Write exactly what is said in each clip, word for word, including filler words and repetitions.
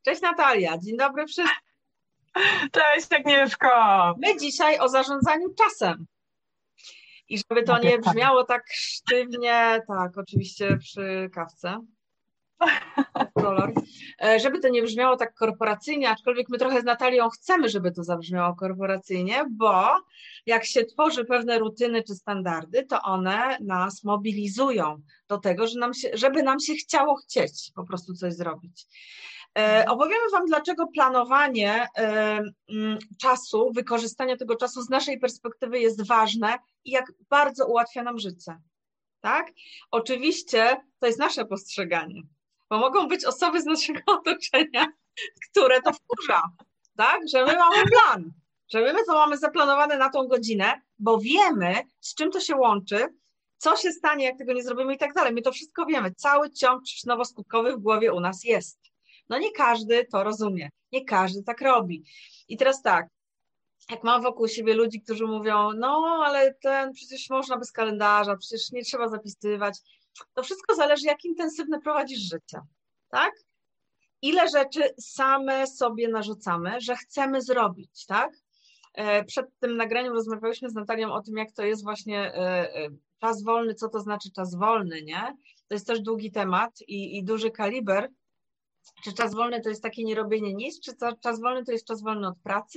Cześć Natalia, dzień dobry wszystkim. Cześć Agnieszko. My dzisiaj o zarządzaniu czasem. I żeby to nie brzmiało tak sztywnie, tak, oczywiście przy kawce, kolor, żeby to nie brzmiało tak korporacyjnie, aczkolwiek my trochę z Natalią chcemy, żeby to zabrzmiało korporacyjnie, bo jak się tworzy pewne rutyny czy standardy, to one nas mobilizują do tego, że nam się, żeby nam się chciało chcieć po prostu coś zrobić. E, opowiemy Wam, dlaczego planowanie e, m, czasu, wykorzystanie tego czasu z naszej perspektywy jest ważne i jak bardzo ułatwia nam życie. Tak? Oczywiście to jest nasze postrzeganie, bo mogą być osoby z naszego otoczenia, które to wkurza, tak? Że my mamy plan, że my to mamy zaplanowane na tą godzinę, bo wiemy, z czym to się łączy, co się stanie, jak tego nie zrobimy i tak dalej. My to wszystko wiemy, cały ciąg przyczynowo-skutkowy w głowie u nas jest. No nie każdy to rozumie, nie każdy tak robi. I teraz tak, jak mam wokół siebie ludzi, którzy mówią, no ale ten przecież można bez kalendarza, przecież nie trzeba zapisywać, to wszystko zależy, jak intensywne prowadzisz życie, tak? Ile rzeczy same sobie narzucamy, że chcemy zrobić, tak? Przed tym nagraniem rozmawiałyśmy z Natalią o tym, jak to jest właśnie czas wolny, co to znaczy czas wolny, nie? To jest też długi temat i, i duży kaliber. Czy czas wolny to jest takie nierobienie nic, czy czas wolny to jest czas wolny od pracy?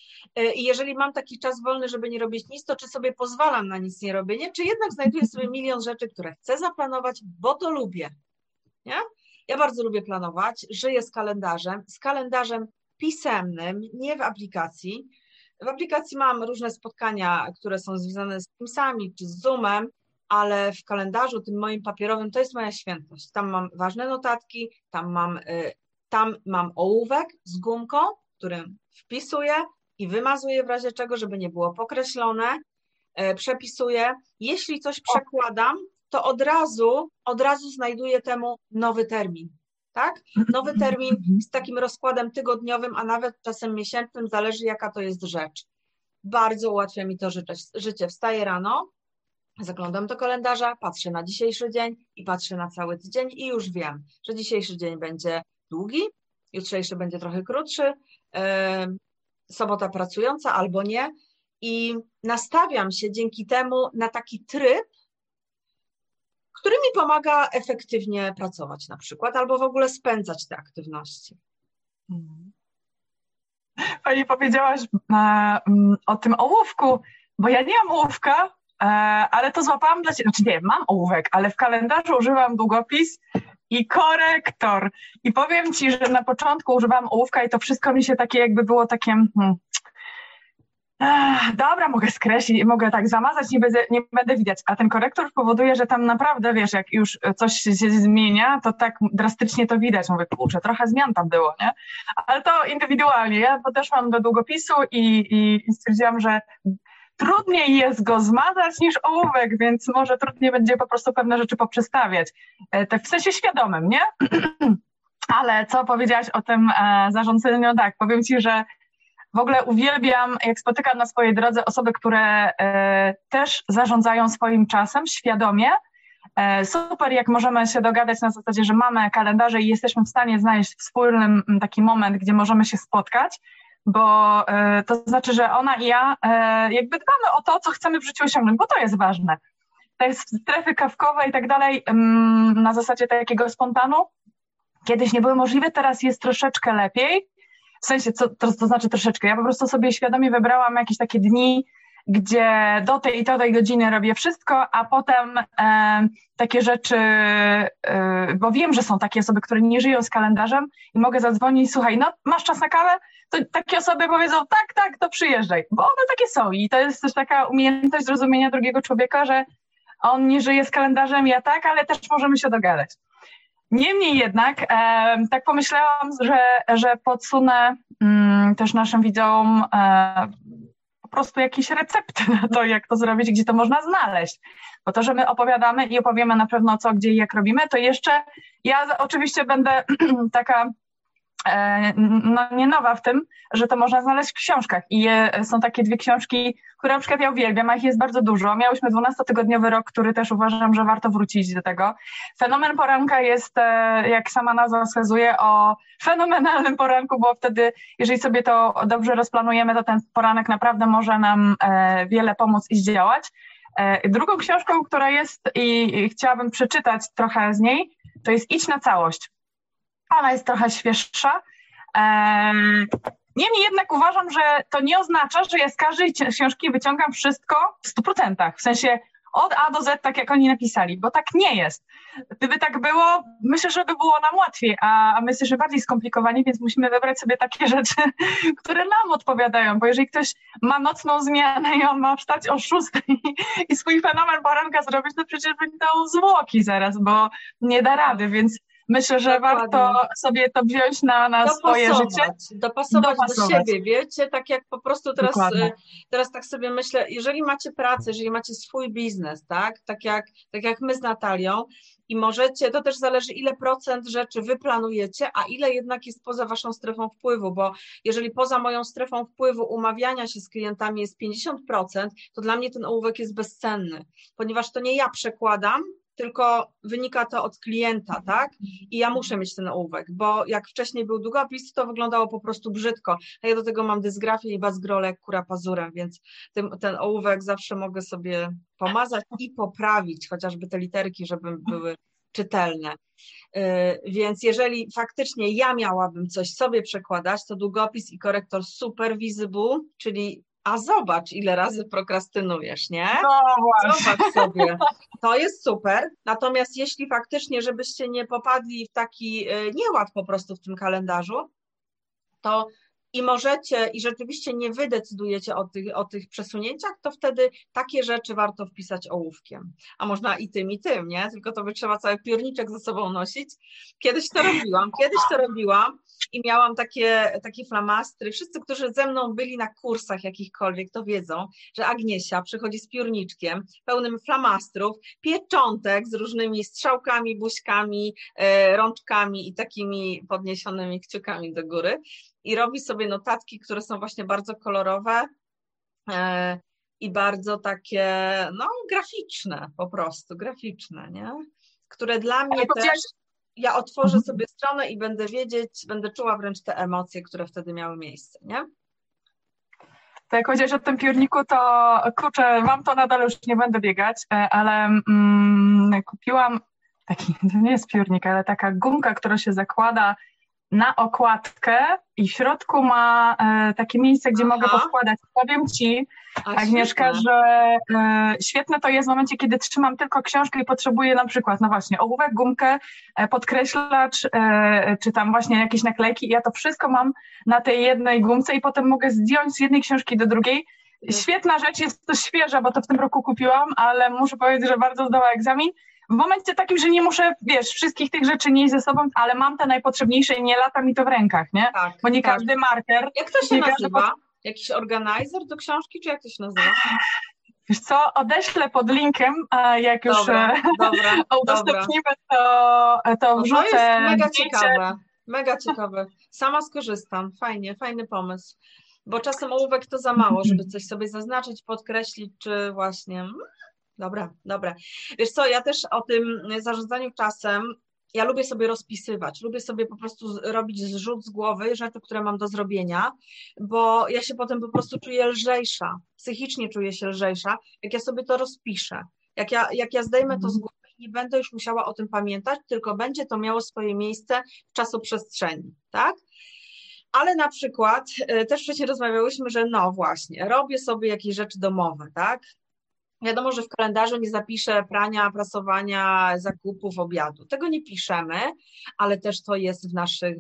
I jeżeli mam taki czas wolny, żeby nie robić nic, to czy sobie pozwalam na nic nie robienie, czy jednak znajduję sobie milion rzeczy, które chcę zaplanować, bo to lubię, nie? Ja bardzo lubię planować, żyję z kalendarzem, z kalendarzem pisemnym, nie w aplikacji. W aplikacji mam różne spotkania, które są związane z Teamsami czy z Zoomem, ale w kalendarzu tym moim papierowym to jest moja świętość. Tam mam ważne notatki, tam mam, tam mam ołówek z gumką, którym wpisuję i wymazuję w razie czego, żeby nie było pokreślone, przepisuję. Jeśli coś przekładam, to od razu, od razu znajduję temu nowy termin. Tak? Nowy termin z takim rozkładem tygodniowym, a nawet czasem miesięcznym, zależy jaka to jest rzecz. Bardzo ułatwia mi to życie. Wstaję rano, zaglądam do kalendarza, patrzę na dzisiejszy dzień i patrzę na cały tydzień i już wiem, że dzisiejszy dzień będzie długi, jutrzejszy będzie trochę krótszy, yy, sobota pracująca albo nie i nastawiam się dzięki temu na taki tryb, który mi pomaga efektywnie pracować na przykład, albo w ogóle spędzać te aktywności. Pani powiedziałaś e, o tym ołówku, bo ja nie mam ołówka, e, ale to złapałam dla Ciebie, znaczy nie, mam ołówek, ale w kalendarzu używam długopis i korektor. I powiem Ci, że na początku używałam ołówka i to wszystko mi się takie jakby było takie... Hmm, Ech, dobra, mogę skreślić, mogę tak zamazać, nie będę, nie będę widać, a ten korektor powoduje, że tam naprawdę, wiesz, jak już coś się zmienia, to tak drastycznie to widać. Mówię, kurczę, trochę zmian tam było, nie? Ale to indywidualnie. Ja podeszłam do długopisu i, i, i stwierdziłam, że trudniej jest go zmazać niż ołówek, więc może trudniej będzie po prostu pewne rzeczy poprzestawiać. Tak w sensie świadomym, nie? Ale co powiedziałaś o tym e, zarządzaniu? Tak, powiem Ci, że w ogóle uwielbiam, jak spotykam na swojej drodze osoby, które e, też zarządzają swoim czasem świadomie. E, super, jak możemy się dogadać na zasadzie, że mamy kalendarze i jesteśmy w stanie znaleźć wspólny taki moment, gdzie możemy się spotkać, bo e, to znaczy, że ona i ja e, jakby dbamy o to, co chcemy w życiu osiągnąć, bo to jest ważne. Te strefy kawkowe i tak dalej mm, na zasadzie takiego spontanu kiedyś nie były możliwe, teraz jest troszeczkę lepiej. W sensie, co to, to znaczy troszeczkę? Ja po prostu sobie świadomie wybrałam jakieś takie dni, gdzie do tej i do tej godziny robię wszystko, a potem e, takie rzeczy, e, bo wiem, że są takie osoby, które nie żyją z kalendarzem i mogę zadzwonić, słuchaj, no masz czas na kawę? To takie osoby powiedzą, tak, tak, to przyjeżdżaj, bo one takie są i to jest też taka umiejętność zrozumienia drugiego człowieka, że on nie żyje z kalendarzem, ja tak, ale też możemy się dogadać. Niemniej jednak, e, tak pomyślałam, że, że podsunę mm, też naszym widzom e, po prostu jakieś recepty na to, jak to zrobić, gdzie to można znaleźć. Bo to, że my opowiadamy i opowiemy na pewno co, gdzie i jak robimy, to jeszcze ja oczywiście będę taka no, nie nowa w tym, że to można znaleźć w książkach i je, są takie dwie książki, które na przykład ja uwielbiam, a ich jest bardzo dużo. Miałyśmy dwunastotygodniowy rok, który też uważam, że warto wrócić do tego. Fenomen poranka jest, jak sama nazwa wskazuje, o fenomenalnym poranku, bo wtedy, jeżeli sobie to dobrze rozplanujemy, to ten poranek naprawdę może nam wiele pomóc i zdziałać. Drugą książką, która jest i chciałabym przeczytać trochę z niej, to jest Idź na całość. Ona jest trochę świeższa. Niemniej jednak uważam, że to nie oznacza, że ja z każdej książki wyciągam wszystko w stu procentach. W sensie od A do Z, tak jak oni napisali, bo tak nie jest. Gdyby tak było, myślę, że by było nam łatwiej, a my jesteśmy bardziej skomplikowani, więc musimy wybrać sobie takie rzeczy, które nam odpowiadają, bo jeżeli ktoś ma nocną zmianę i on ma wstać o szóstej i swój fenomen poranka zrobić, to przecież będzie dał zwłoki zaraz, bo nie da rady, więc myślę, że Dokładnie. warto sobie to wziąć na, na swoje życie. Dopasować, dopasować do siebie, wiecie, tak jak po prostu teraz, teraz tak sobie myślę, jeżeli macie pracę, jeżeli macie swój biznes, tak, tak jak, tak jak my z Natalią i możecie, to też zależy ile procent rzeczy wy planujecie, a ile jednak jest poza waszą strefą wpływu, bo jeżeli poza moją strefą wpływu umawiania się z klientami jest pięćdziesiąt procent, to dla mnie ten ołówek jest bezcenny, ponieważ to nie ja przekładam, tylko wynika to od klienta, tak? I ja muszę mieć ten ołówek, bo jak wcześniej był długopis, to wyglądało po prostu brzydko, a ja do tego mam dysgrafię i bazgrolę jak kura pazurem, więc ten, ten ołówek zawsze mogę sobie pomazać i poprawić, chociażby te literki, żeby były czytelne. Yy, więc jeżeli faktycznie ja miałabym coś sobie przekładać, to długopis i korektor Super Visible, czyli a zobacz, ile razy prokrastynujesz, nie? No Zobacz sobie. To jest super. Natomiast jeśli faktycznie, żebyście nie popadli w taki nieład po prostu w tym kalendarzu, to i możecie, i rzeczywiście nie wy decydujecie o tych, o tych przesunięciach, to wtedy takie rzeczy warto wpisać ołówkiem. A można i tym, i tym, nie? Tylko to by trzeba cały piórniczek ze sobą nosić. Kiedyś to robiłam, kiedyś to robiłam i miałam takie, takie flamastry. Wszyscy, którzy ze mną byli na kursach jakichkolwiek, to wiedzą, że Agniesia przychodzi z piórniczkiem pełnym flamastrów, pieczątek z różnymi strzałkami, buźkami, e, rączkami i takimi podniesionymi kciukami do góry. I robi sobie notatki, które są właśnie bardzo kolorowe e, i bardzo takie, no, graficzne po prostu, graficzne, nie? Które dla mnie też, ja otworzę sobie stronę i będę wiedzieć, będę czuła wręcz te emocje, które wtedy miały miejsce, nie? To jak powiedziałeś o tym piórniku, to kurczę, mam to nadal, już nie będę biegać, ale mm, kupiłam taki, to nie jest piórnik, ale taka gumka, która się zakłada na okładkę i w środku ma e, takie miejsce, gdzie Aha. mogę powkładać. Powiem Ci, A, Agnieszka, świetne. że e, świetne to jest w momencie, kiedy trzymam tylko książkę i potrzebuję na przykład, no właśnie, ołówek, gumkę, e, podkreślacz, e, czy tam właśnie jakieś naklejki i ja to wszystko mam na tej jednej gumce i potem mogę zdjąć z jednej książki do drugiej. Świetna rzecz, jest to świeża, bo to w tym roku kupiłam, ale muszę powiedzieć, że bardzo zdała egzamin. W momencie takim, że nie muszę, wiesz, wszystkich tych rzeczy nieść ze sobą, ale mam te najpotrzebniejsze i nie lata mi to w rękach, nie? Tak, bo nie tak. każdy marker... Jak to się nazywa? Każdy... Jakiś organizer do książki, czy jak to się nazywa? Wiesz co, odeślę pod linkiem, a jak już dobra, dobra, udostępnimy, to, to wrzucę. No to jest mega ciekawe, mega ciekawe. Sama skorzystam, fajnie, fajny pomysł. Bo czasem ołówek to za mało, żeby coś sobie zaznaczyć, podkreślić, czy właśnie... Dobra, dobra. Wiesz co, ja też o tym zarządzaniu czasem, ja lubię sobie rozpisywać, lubię sobie po prostu robić zrzut z głowy rzeczy, które mam do zrobienia, bo ja się potem po prostu czuję lżejsza, psychicznie czuję się lżejsza, jak ja sobie to rozpiszę. Jak ja, jak ja zdejmę to z głowy, nie będę już musiała o tym pamiętać, tylko będzie to miało swoje miejsce w czasoprzestrzeni, tak? Ale na przykład, też wcześniej rozmawiałyśmy, że no właśnie, robię sobie jakieś rzeczy domowe, tak? Wiadomo, że w kalendarzu nie zapiszę prania, prasowania, zakupów, obiadu. Tego nie piszemy, ale też to jest w naszych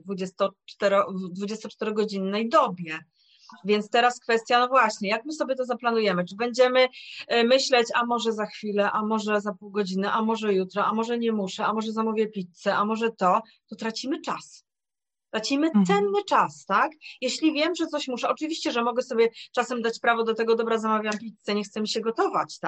dwudziestoczterogodzinnej dobie. Więc teraz kwestia, no właśnie, jak my sobie to zaplanujemy? Czy będziemy myśleć, a może za chwilę, a może za pół godziny, a może jutro, a może nie muszę, a może zamówię pizzę, a może to, to tracimy czas. Tracimy cenny czas, tak? Jeśli wiem, że coś muszę, oczywiście, że mogę sobie czasem dać prawo do tego, dobra, zamawiam pizzę, nie chcę mi się gotować, tak?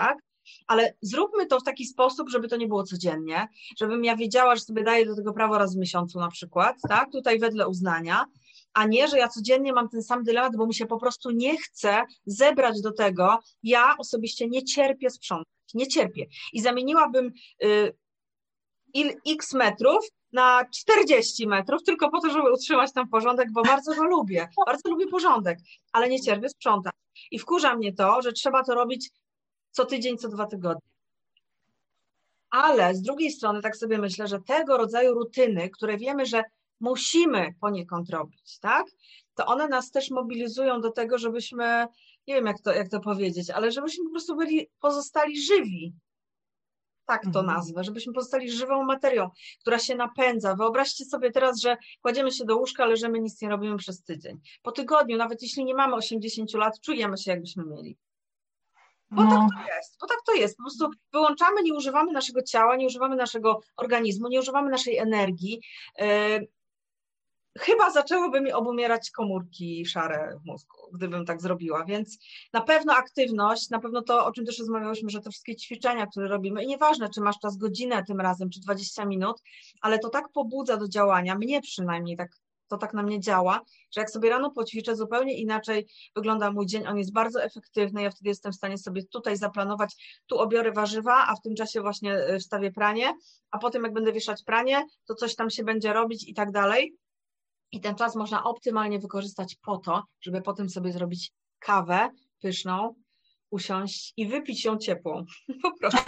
ale zróbmy to w taki sposób, żeby to nie było codziennie, żebym ja wiedziała, że sobie daję do tego prawo raz w miesiącu na przykład, tak, tutaj wedle uznania, a nie, że ja codziennie mam ten sam dylemat, bo mi się po prostu nie chce zebrać do tego. Ja osobiście nie cierpię sprzątać, nie cierpię. I zamieniłabym y, il, x metrów na czterdzieści metrów, tylko po to, żeby utrzymać tam porządek, bo bardzo go lubię, bardzo lubię porządek, ale nie cierpię sprzątać. I wkurza mnie to, że trzeba to robić co tydzień, co dwa tygodnie. Ale z drugiej strony tak sobie myślę, że tego rodzaju rutyny, które wiemy, że musimy poniekąd robić, tak? To one nas też mobilizują do tego, żebyśmy, nie wiem jak to, jak to powiedzieć, ale żebyśmy po prostu byli, pozostali żywi. Tak to nazwę, żebyśmy pozostali żywą materią, która się napędza. Wyobraźcie sobie teraz, że kładziemy się do łóżka, leżymy, nic nie robimy przez tydzień. Po tygodniu, nawet jeśli nie mamy osiemdziesięciu lat, czujemy się, jakbyśmy mieli. Bo no. tak to jest, bo tak to jest. Po prostu wyłączamy, nie używamy naszego ciała, nie używamy naszego organizmu, nie używamy naszej energii. Yy, chyba zaczęłyby mi obumierać komórki szare w mózgu, gdybym tak zrobiła, więc na pewno aktywność, na pewno to, o czym też rozmawiałyśmy, że te wszystkie ćwiczenia, które robimy, i nieważne, czy masz czas godzinę tym razem, czy dwadzieścia minut, ale to tak pobudza do działania, mnie przynajmniej tak, to tak na mnie działa, że jak sobie rano poćwiczę, zupełnie inaczej wygląda mój dzień, on jest bardzo efektywny, ja wtedy jestem w stanie sobie tutaj zaplanować, tu obiorę warzywa, a w tym czasie właśnie wstawię pranie, a potem jak będę wieszać pranie, to coś tam się będzie robić i tak dalej. I ten czas można optymalnie wykorzystać po to, żeby potem sobie zrobić kawę pyszną, usiąść i wypić ją ciepłą. Po prostu.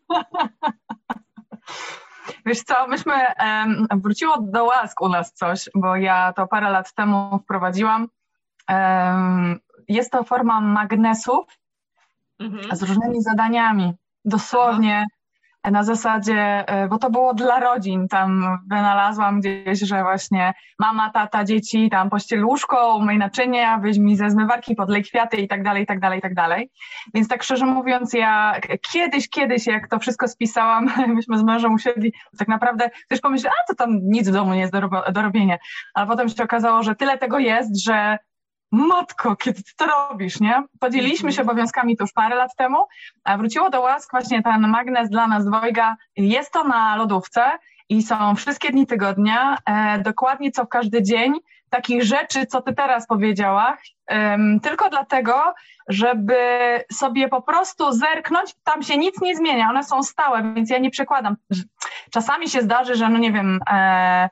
Wiesz co, myśmy, um, wróciło do łask u nas coś, bo ja to parę lat temu wprowadziłam. Um, jest to forma magnesów mhm. z różnymi zadaniami. Dosłownie Aha. na zasadzie, bo to było dla rodzin, tam wynalazłam gdzieś, że właśnie mama, tata, dzieci, tam pościel łóżko, umyj naczynia, weź mi ze zmywarki, podlej kwiaty i tak dalej, i tak dalej, i tak dalej. Więc tak szczerze mówiąc, ja kiedyś, kiedyś jak to wszystko spisałam, myśmy z mężem usiedli, tak naprawdę ktoś pomyślał, a to tam nic w domu nie jest do, rob- do robienia, ale potem się okazało, że tyle tego jest, że matko, kiedy ty to robisz, nie? Podzieliliśmy się obowiązkami to już parę lat temu, a wróciło do łask właśnie ten magnes dla nas dwojga. Jest to na lodówce i są wszystkie dni tygodnia, e, dokładnie co w każdy dzień, takich rzeczy, co ty teraz powiedziałaś, e, tylko dlatego, żeby sobie po prostu zerknąć, tam się nic nie zmienia, one są stałe, więc ja nie przekładam. Czasami się zdarzy, że no nie wiem, e,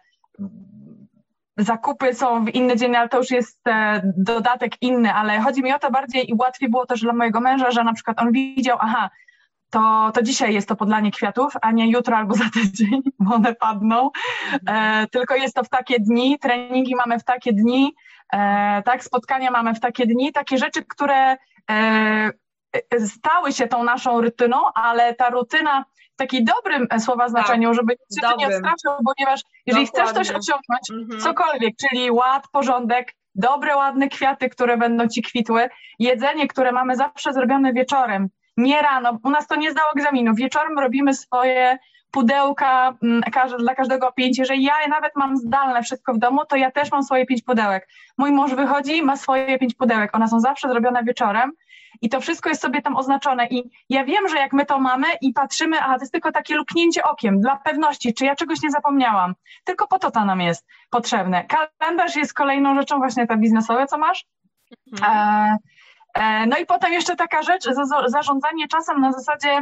zakupy są w inny dzień, ale to już jest e, dodatek inny, ale chodzi mi o to bardziej i łatwiej było też dla mojego męża, że na przykład on widział, aha, to, to dzisiaj jest to podlanie kwiatów, a nie jutro albo za tydzień, bo one padną, e, tylko jest to w takie dni, treningi mamy w takie dni, e, tak, spotkania mamy w takie dni, takie rzeczy, które e, stały się tą naszą rutyną, ale ta rutyna w takim dobrym słowa znaczeniu, tak, żeby się to nie odstraszał, ponieważ jeżeli Dokładnie. chcesz coś osiągnąć, mhm. cokolwiek, czyli ład, porządek, dobre, ładne kwiaty, które będą ci kwitły, jedzenie, które mamy zawsze zrobione wieczorem, nie rano, u nas to nie zdało egzaminu, wieczorem robimy swoje pudełka dla każdego pięć, jeżeli ja nawet mam zdalne wszystko w domu, to ja też mam swoje pięć pudełek. Mój mąż wychodzi, ma swoje pięć pudełek, one są zawsze zrobione wieczorem i to wszystko jest sobie tam oznaczone i ja wiem, że jak my to mamy i patrzymy, a to jest tylko takie luknięcie okiem dla pewności, czy ja czegoś nie zapomniałam, tylko po to to nam jest potrzebne. Kalendarz jest kolejną rzeczą, właśnie te biznesowe, co masz. Mhm. E, e, no i potem jeszcze taka rzecz, za, zarządzanie czasem na zasadzie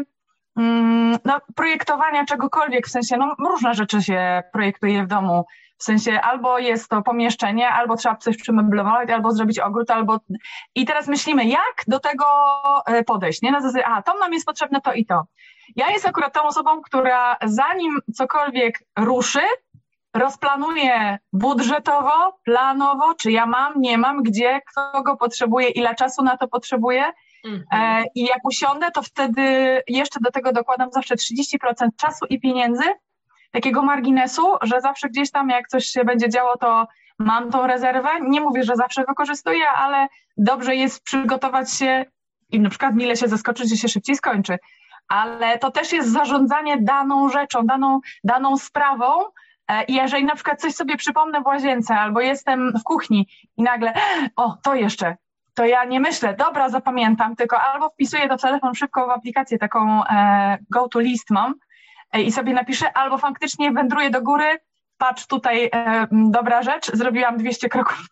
no, projektowania czegokolwiek, w sensie, no różne rzeczy się projektuje w domu, w sensie albo jest to pomieszczenie, albo trzeba coś przemeblować, albo zrobić ogród, albo... I teraz myślimy, jak do tego podejść, nie? Na zasadzie, a to nam jest potrzebne to i to. Ja jestem akurat tą osobą, która zanim cokolwiek ruszy, rozplanuje budżetowo, planowo, czy ja mam, nie mam, gdzie, kto go potrzebuje, ile czasu na to potrzebuje. Mhm. E, I jak usiądę, to wtedy jeszcze do tego dokładam zawsze trzydzieści procent czasu i pieniędzy, takiego marginesu, że zawsze gdzieś tam jak coś się będzie działo, to mam tą rezerwę. Nie mówię, że zawsze wykorzystuję, ale dobrze jest przygotować się i na przykład mile się zaskoczyć, że się szybciej skończy. Ale to też jest zarządzanie daną rzeczą, daną, daną sprawą. I jeżeli na przykład coś sobie przypomnę w łazience albo jestem w kuchni i nagle, o, to jeszcze, to ja nie myślę, dobra, zapamiętam, tylko albo wpisuję do telefon szybko w aplikację taką e, go to list mam e, i sobie napiszę, albo faktycznie wędruję do góry, patrz tutaj, e, dobra rzecz, zrobiłam dwieście kroków,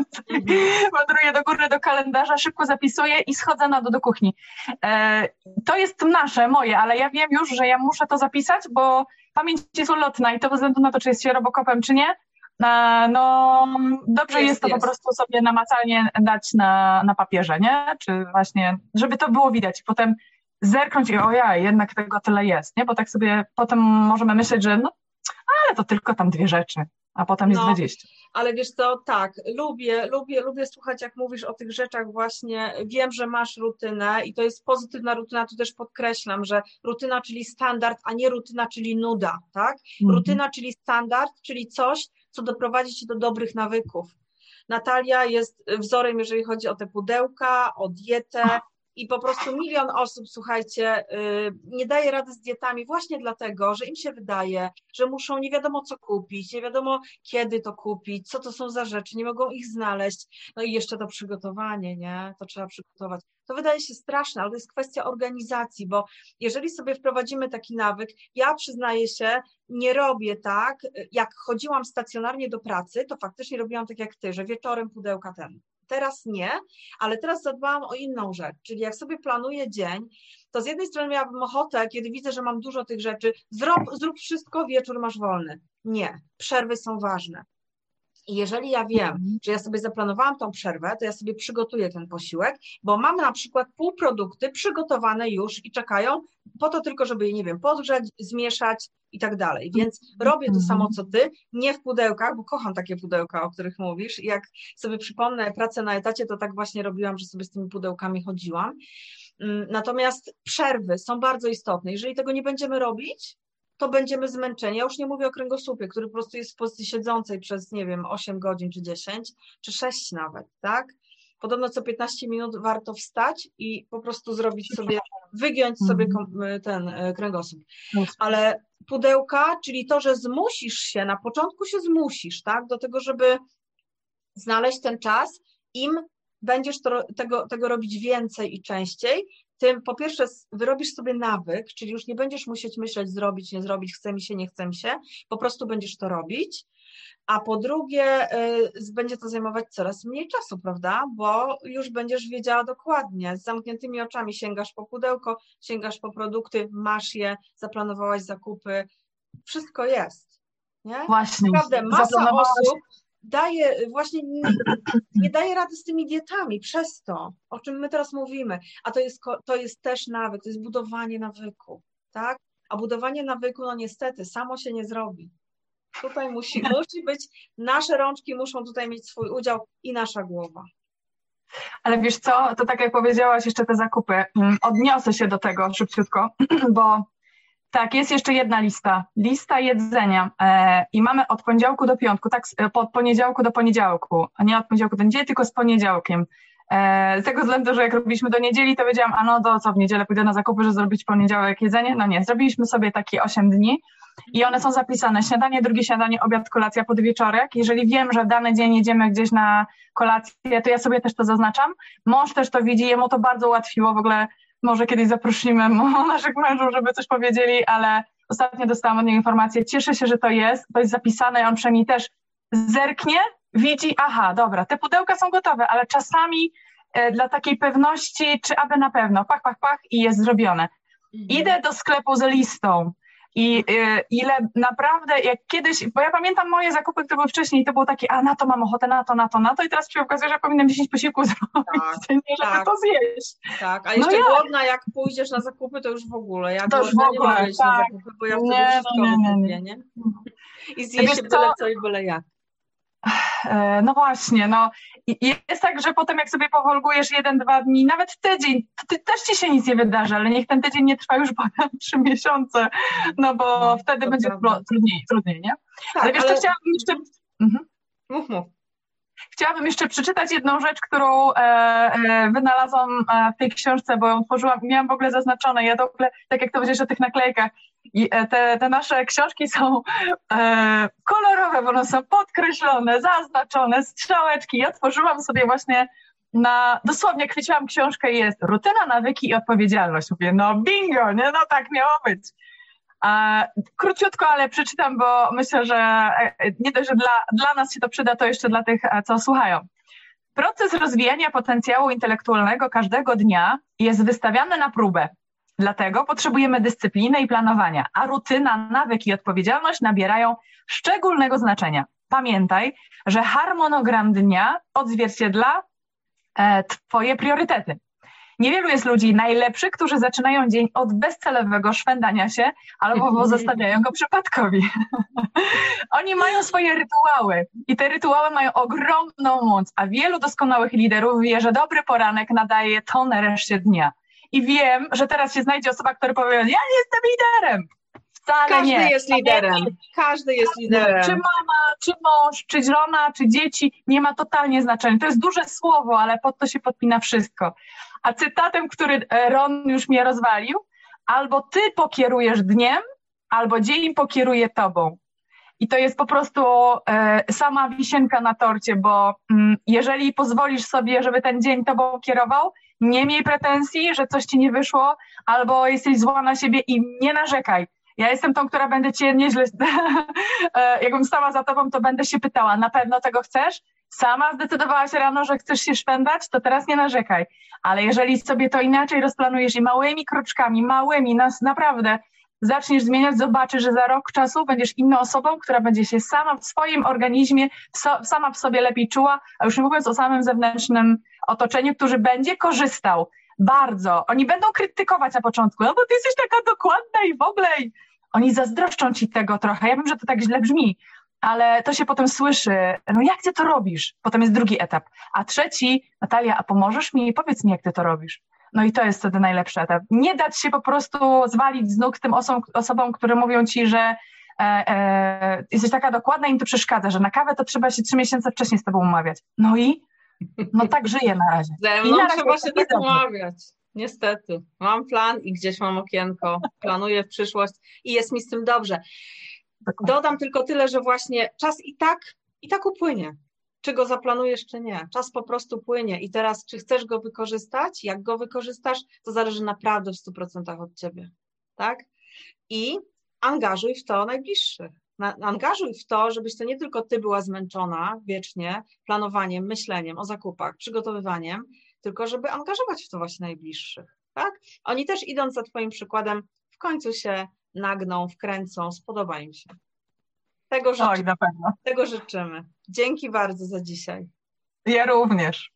wędruję do góry, do kalendarza, szybko zapisuję i schodzę na dół do kuchni. E, to jest nasze, moje, ale ja wiem już, że ja muszę to zapisać, bo pamięć jest ulotna i to bez względu na to, czy jest się robokopem, czy nie, e, no dobrze jest, jest to jest. po prostu sobie namacalnie dać na, na papierze, nie? Czy właśnie, żeby to było widać i potem zerknąć i ojej, jednak tego tyle jest, nie? Bo tak sobie potem możemy myśleć, że no ale to tylko tam dwie rzeczy, a potem jest no, dwadzieścia. Ale wiesz co, tak, lubię, lubię, lubię słuchać, jak mówisz o tych rzeczach właśnie, wiem, że masz rutynę i to jest pozytywna rutyna, tu też podkreślam, że rutyna, czyli standard, a nie rutyna, czyli nuda, tak? Mhm. Rutyna, czyli standard, czyli coś, co doprowadzi cię do dobrych nawyków. Natalia jest wzorem, jeżeli chodzi o te pudełka, o dietę, i po prostu milion osób, słuchajcie, nie daje rady z dietami właśnie dlatego, że im się wydaje, że muszą nie wiadomo co kupić, nie wiadomo kiedy to kupić, co to są za rzeczy, nie mogą ich znaleźć. No i jeszcze to przygotowanie, nie? To trzeba przygotować. To wydaje się straszne, ale to jest kwestia organizacji, bo jeżeli sobie wprowadzimy taki nawyk, ja przyznaję się, nie robię tak, jak chodziłam stacjonarnie do pracy, to faktycznie robiłam tak jak ty, że wieczorem pudełka ten. Teraz nie, ale teraz zadbałam o inną rzecz, czyli jak sobie planuję dzień, to z jednej strony miałabym ochotę, kiedy widzę, że mam dużo tych rzeczy, zrób, zrób wszystko, wieczór masz wolny. Nie, przerwy są ważne. I jeżeli ja wiem, że ja sobie zaplanowałam tą przerwę, to ja sobie przygotuję ten posiłek, bo mam na przykład półprodukty przygotowane już i czekają po to tylko, żeby je, nie wiem, podgrzać, zmieszać i tak dalej. Więc robię to samo, co ty, nie w pudełkach, bo kocham takie pudełka, o których mówisz. I jak sobie przypomnę pracę na etacie, to tak właśnie robiłam, że sobie z tymi pudełkami chodziłam. Natomiast przerwy są bardzo istotne. Jeżeli tego nie będziemy robić, to będziemy zmęczeni. Ja już nie mówię o kręgosłupie, który po prostu jest w pozycji siedzącej przez, nie wiem, osiem godzin, czy dziesięć, czy sześć nawet, tak? Podobno co piętnaście minut warto wstać i po prostu zrobić sobie, wygiąć sobie ten kręgosłup. Ale pudełka, czyli to, że zmusisz się, na początku się zmusisz, tak? Do tego, żeby znaleźć ten czas, im będziesz to, tego, tego robić więcej i częściej, tym po pierwsze wyrobisz sobie nawyk, czyli już nie będziesz musieć myśleć zrobić, nie zrobić, chce mi się, nie chce mi się, po prostu będziesz to robić, a po drugie y, będzie to zajmować coraz mniej czasu, prawda, bo już będziesz wiedziała dokładnie, z zamkniętymi oczami sięgasz po pudełko, sięgasz po produkty, masz je, zaplanowałaś zakupy, wszystko jest, nie? Właśnie. Naprawdę masa osób daje, właśnie nie, nie daje rady z tymi dietami przez to, o czym my teraz mówimy, a to jest, to jest też nawyk, to jest budowanie nawyku, tak? A budowanie nawyku, no niestety, samo się nie zrobi. Tutaj musi, musi być, nasze rączki muszą tutaj mieć swój udział i nasza głowa. Ale wiesz co, to tak jak powiedziałaś, jeszcze te zakupy, odniosę się do tego szybciutko, bo tak, jest jeszcze jedna lista, lista jedzenia e, i mamy od poniedziałku do piątku, tak, od poniedziałku do poniedziałku, a nie od poniedziałku do niedzieli, tylko z poniedziałkiem. E, z tego względu, że jak robiliśmy do niedzieli, to wiedziałam, a no to co, w niedzielę pójdę na zakupy, że zrobić poniedziałek jedzenie? No nie, zrobiliśmy sobie takie osiem dni i one są zapisane, śniadanie, drugie śniadanie, obiad, kolacja, podwieczorek. Jeżeli wiem, że w dany dzień jedziemy gdzieś na kolację, to ja sobie też to zaznaczam. Mąż też to widzi, jemu to bardzo ułatwiło w ogóle. Może kiedyś zaprosimy naszych mężów, żeby coś powiedzieli, ale ostatnio dostałam od niego informację, cieszę się, że to jest, to jest zapisane i on przynajmniej też zerknie, widzi, aha, dobra, te pudełka są gotowe, ale czasami e, dla takiej pewności, czy aby na pewno, pach, pach, pach i jest zrobione. Mhm. Idę do sklepu z listą i e, ile naprawdę, jak kiedyś, bo ja pamiętam moje zakupy, które były wcześniej, to było takie, a na to mam ochotę, na to, na to, na to i teraz się okazuje, że powinnam dziesięć posiłków zrobić, tak, nie, żeby tak. to zjeść. Tak, a jeszcze no głodna, jak pójdziesz na zakupy, to już w ogóle, ja to głodna w ogóle, nie mogę iść tak. na zakupy, bo ja wtedy nie, wszystko nie, nie, kupię, nie? I zjeść byle co i byle jak. No właśnie, no i jest tak, że potem jak sobie powolgujesz jeden, dwa dni, nawet tydzień, to ty, też ci się nic nie wydarzy, ale niech ten tydzień nie trwa już ponad trzy miesiące, no bo no, wtedy będzie prawda. trudniej, trudniej, nie? Tak, ale wiesz, ale... to chciałabym jeszcze... Mhm. Mów, mów. Chciałabym jeszcze przeczytać jedną rzecz, którą e, e, wynalazłam e, w tej książce, bo ją tworzyłam i miałam w ogóle zaznaczone. Ja to w ogóle, tak jak to powiedziałeś o tych naklejkach, i e, te, te nasze książki są e, kolorowe, bo one są podkreślone, zaznaczone, strzałeczki. Ja tworzyłam sobie właśnie na, dosłownie jak chwyciłam książkę i jest rutyna, nawyki i odpowiedzialność. Mówię, no bingo, nie, no tak miało być. A, króciutko, ale przeczytam, bo myślę, że nie dość, że dla, dla nas się to przyda, to jeszcze dla tych, co słuchają. Proces rozwijania potencjału intelektualnego każdego dnia jest wystawiany na próbę. Dlatego potrzebujemy dyscypliny i planowania, a rutyna, nawyk i odpowiedzialność nabierają szczególnego znaczenia. Pamiętaj, że harmonogram dnia odzwierciedla e, twoje priorytety. Niewielu jest ludzi najlepszych, którzy zaczynają dzień od bezcelowego szwendania się albo pozostawiają go przypadkowi. Oni mają swoje rytuały i te rytuały mają ogromną moc, a wielu doskonałych liderów wie, że dobry poranek nadaje tonę reszcie dnia. I wiem, że teraz się znajdzie osoba, która powie, ja nie jestem liderem. Wcale Każdy nie. jest liderem. Każdy jest liderem. Czy mama, czy mąż, czy żona, czy dzieci, nie ma totalnie znaczenia. To jest duże słowo, ale pod to się podpina wszystko. A cytatem, który Ron już mnie rozwalił, albo ty pokierujesz dniem, albo dzień pokieruje tobą. I to jest po prostu e, sama wisienka na torcie, bo mm, jeżeli pozwolisz sobie, żeby ten dzień tobą kierował, nie miej pretensji, że coś ci nie wyszło, albo jesteś zła na siebie i nie narzekaj. Ja jestem tą, która będę cię nieźle, jakbym stała za tobą, to będę się pytała, na pewno tego chcesz? Sama zdecydowałaś rano, że chcesz się szwendać, to teraz nie narzekaj. Ale jeżeli sobie to inaczej rozplanujesz i małymi kroczkami, małymi, nas naprawdę zaczniesz zmieniać, zobaczysz, że za rok czasu będziesz inną osobą, która będzie się sama w swoim organizmie, so, sama w sobie lepiej czuła, a już nie mówiąc o samym zewnętrznym otoczeniu, który będzie korzystał. Bardzo. Oni będą krytykować na początku, no bo ty jesteś taka dokładna i w ogóle. Oni zazdroszczą ci tego trochę. Ja wiem, że to tak źle brzmi, ale to się potem słyszy. No jak ty to robisz? Potem jest drugi etap. A trzeci, Natalia, a pomożesz mi? Powiedz mi, jak ty to robisz. No i to jest wtedy najlepszy etap. Nie dać się po prostu zwalić z nóg tym osobom, osobom które mówią ci, że e, e, jesteś taka dokładna i im to przeszkadza, że na kawę to trzeba się trzy miesiące wcześniej z tobą umawiać. No i? No tak żyję na razie. Ze mną trzeba się tak umawiać. Niestety. Mam plan i gdzieś mam okienko. Planuję w przyszłość i jest mi z tym dobrze. Dodam tylko tyle, że właśnie czas i tak, i tak upłynie. Czy go zaplanujesz, czy nie. Czas po prostu płynie i teraz, czy chcesz go wykorzystać, jak go wykorzystasz, to zależy naprawdę w stu procentach od ciebie. Tak? I angażuj w to najbliższych. Angażuj w to, żebyś to nie tylko ty była zmęczona wiecznie planowaniem, myśleniem o zakupach, przygotowywaniem, tylko żeby angażować w to właśnie najbliższych. Tak? Oni też idąc za twoim przykładem w końcu się nagną, wkręcą, spodoba im się. Tego, życzy, Oj, na pewno. tego życzymy. Dzięki bardzo za dzisiaj. Ja również.